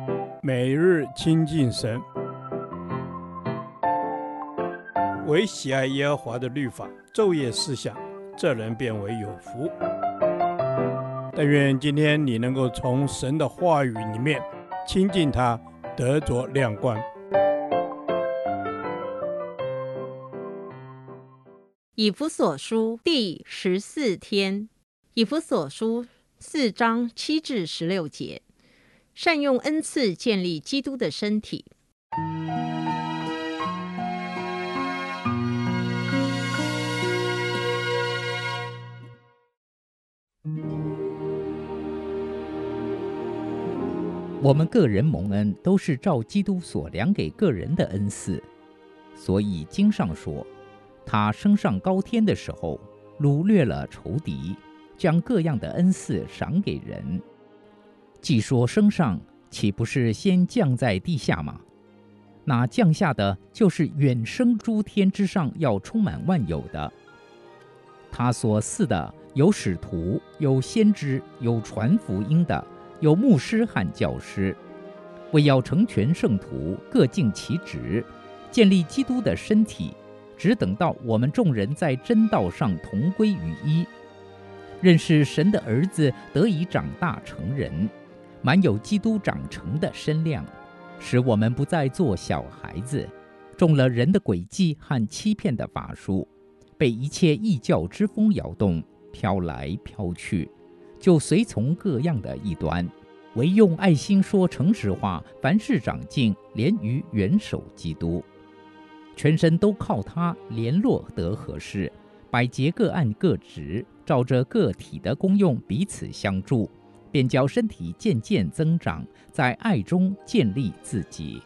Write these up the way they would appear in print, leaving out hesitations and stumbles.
每日亲近神，唯喜爱耶和华的律法，昼夜思想，这人变为有福。但愿今天你能够从神的话语里面亲近他，得着亮光。 以弗所书第14天，以弗所书4章7至16节，善用恩赐建立基督的身体。 我们个人蒙恩都是照基督所量给个人的恩赐，所以经上说，他升上高天的时候，掳掠了仇敌，将各样的恩赐赏给人。既说升上，岂不是先降在地下吗？那降下的就是远升诸天之上，要充满万有的。他所赐的有使徒，有先知，有传福音的，有牧师和教师，为要成全圣徒，各尽其职，建立基督的身体，只等到我们众人在真道上同归于一，认识神的儿子，得以长大成人，满有基督长成的身量，使我们不再做小孩子，中了人的诡计和欺骗的法术，被一切异教之风摇动，飘来飘去，就随从各样的异端，唯用爱心说诚实话，凡事长进，连于元首基督。全身都靠他联络得合适，百节各按各职，照着个体的功用彼此相助，便叫身体渐渐增长，在爱中建立自己。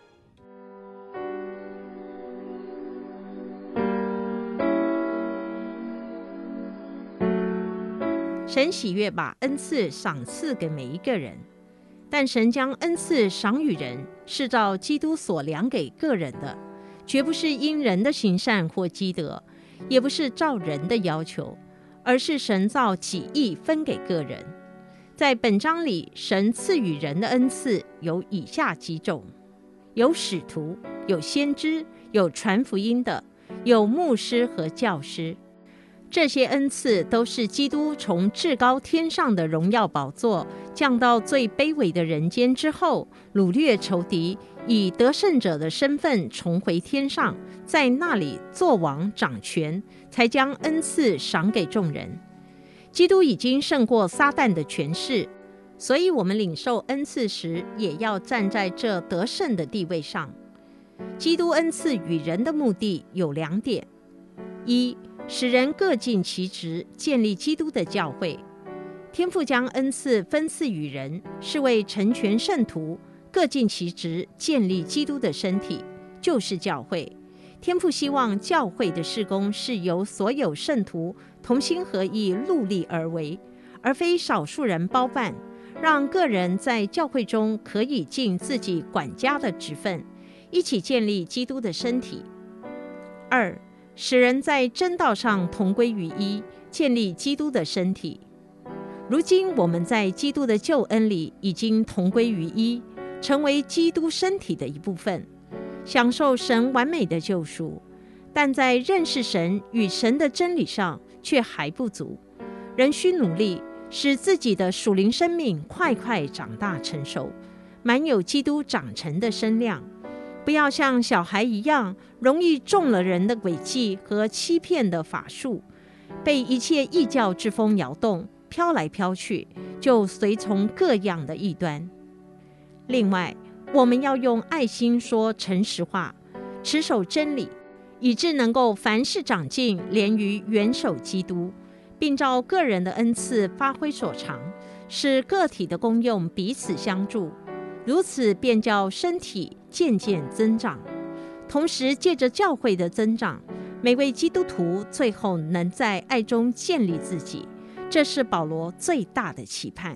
神喜悦把恩赐赏赐给每一个人，但神将恩赐赏与人，是照基督所量给个人的，绝不是因人的行善或积德，也不是照人的要求，而是神照己意分给个人。在本章里，神赐予人的恩赐有以下几种：有使徒，有先知，有传福音的，有牧师和教师。这些恩赐都是基督从至高天上的荣耀宝座降到最卑微的人间之后，掳掠仇敌，以得胜者的身份重回天上，在那里作王掌权，才将恩赐赏给众人。基督已经胜过撒旦的权势，所以我们领受恩赐时，也要站在这得胜的地位上。基督恩赐与人的目的有2点：一，使人各尽其职，建立基督的教会。天父将恩赐分赐与人，是为成全圣徒，各尽其职，建立基督的身体，就是教会。天父希望教会的事工是由所有圣徒同心合意戮力而为，而非少数人包办，让个人在教会中可以尽自己管家的职分，一起建立基督的身体。2，使人在真道上同归于一，建立基督的身体。如今我们在基督的救恩里已经同归于一，成为基督身体的一部分，享受神完美的救赎，但在认识神与神的真理上却还不足。人需努力，使自己的属灵生命快快长大成熟，满有基督长成的身量。不要像小孩一样，容易中了人的诡计和欺骗的法术，被一切异教之风摇动，飘来飘去，就随从各样的异端。另外，我们要用爱心说诚实话，持守真理，以致能够凡事长进，连于元首基督，并照个人的恩赐发挥所长，使个体的功用彼此相助，如此便叫身体渐渐增长。同时借着教会的增长，每位基督徒最后能在爱中建立自己，这是保罗最大的期盼。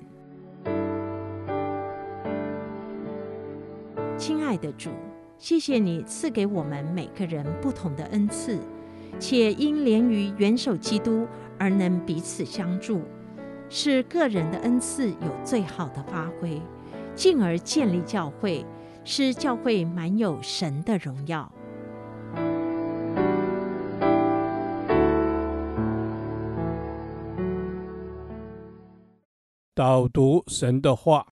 亲爱的主，谢谢你赐给我们每个人不同的恩赐，且因连于元首基督而能彼此相助，使个人的恩赐有最好的发挥， 进而建立教会，使教会满有神的荣耀。 导读神的话。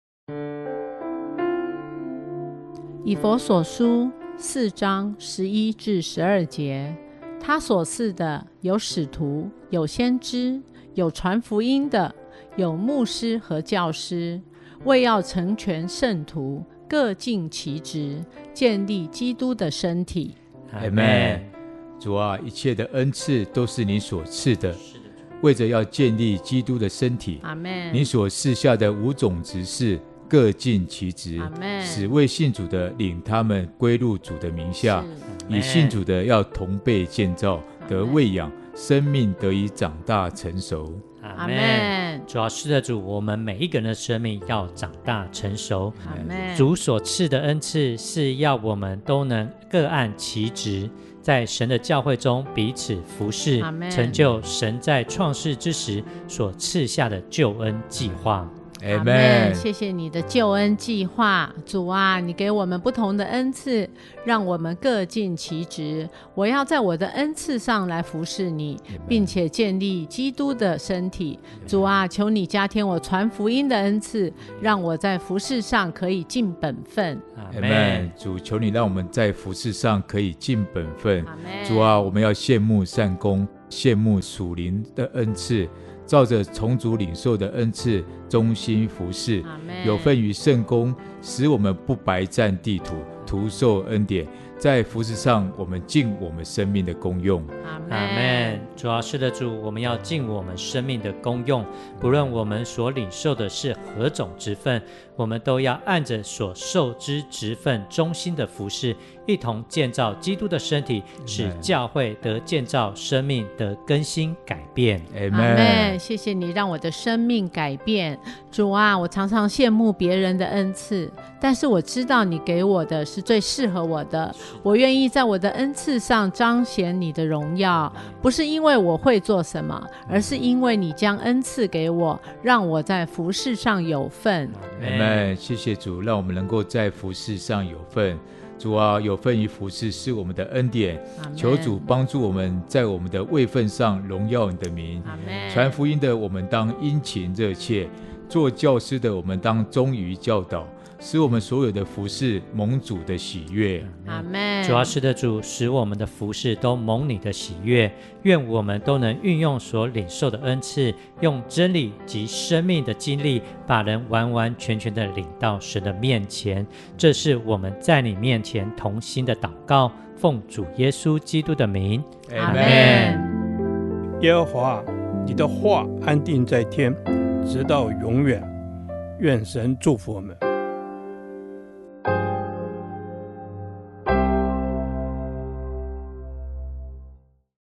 以弗所书4章11至12节，他所赐的有使徒，有先知，有传福音的，有牧师和教师，为要成全圣徒，各尽其职，建立基督的身体。 阿们。主啊，一切的恩赐都是你所赐的，为着要建立基督的身体。 阿们。 你所赐下的5种职事各尽其职，使未信主的领他们归入主的名下，以信主的要同被建造，得喂养，生命得以长大成熟。 阿们。 主要是的主，我们每一个人的生命要长大成熟。 阿们。 主所赐的恩赐是要我们都能各按其职，在神的教会中彼此服侍，成就神在创世之时所赐下的救恩计划。 阿们。谢谢你的救恩计划，主啊，你给我们不同的恩赐，让我们各尽其职。我要在我的恩赐上来服侍你，并且建立基督的身体。主啊，求你加添我传福音的恩赐，让我在服侍上可以尽本分。 阿们。主，求你让我们在服侍上可以尽本分。 阿们。 主啊，我们要羡慕善功，羡慕属灵的恩赐，照着从主领受的恩赐，忠心服侍，有份于圣工，使我们不白占地土，徒受恩典。在服事上，我们尽我们生命的功用。 阿们。主要是的主，我们要尽我们生命的功用，不论我们所领受的是何种职分，我们都要按着所受之职分忠心的服事，一同建造基督的身体，使教会得建造，生命得更新改变。 阿们。谢谢你让我的生命改变。主啊，我常常羡慕别人的恩赐，但是我知道你给我的是最适合我的。我愿意在我的恩赐上彰显你的荣耀，不是因为我会做什么，而是因为你将恩赐给我，让我在服事上有份。 阿们。谢谢主，让我们能够在服事上有份。主啊，有份于服事是我们的恩典，求主帮助我们在我们的位分上荣耀你的名。传福音的我们当殷勤热切，做教师的我们当忠于教导，使我们所有的服事蒙主的喜悦。 阿们。 主要是的主，使我们的服事都蒙你的喜悦。愿我们都能运用所领受的恩赐，用真理及生命的经历，把人完完全全的领到神的面前。这是我们在你面前同心的祷告，奉主耶稣基督的名。 阿们。 耶和华，你的话安定在天，直到永远。愿神祝福我们。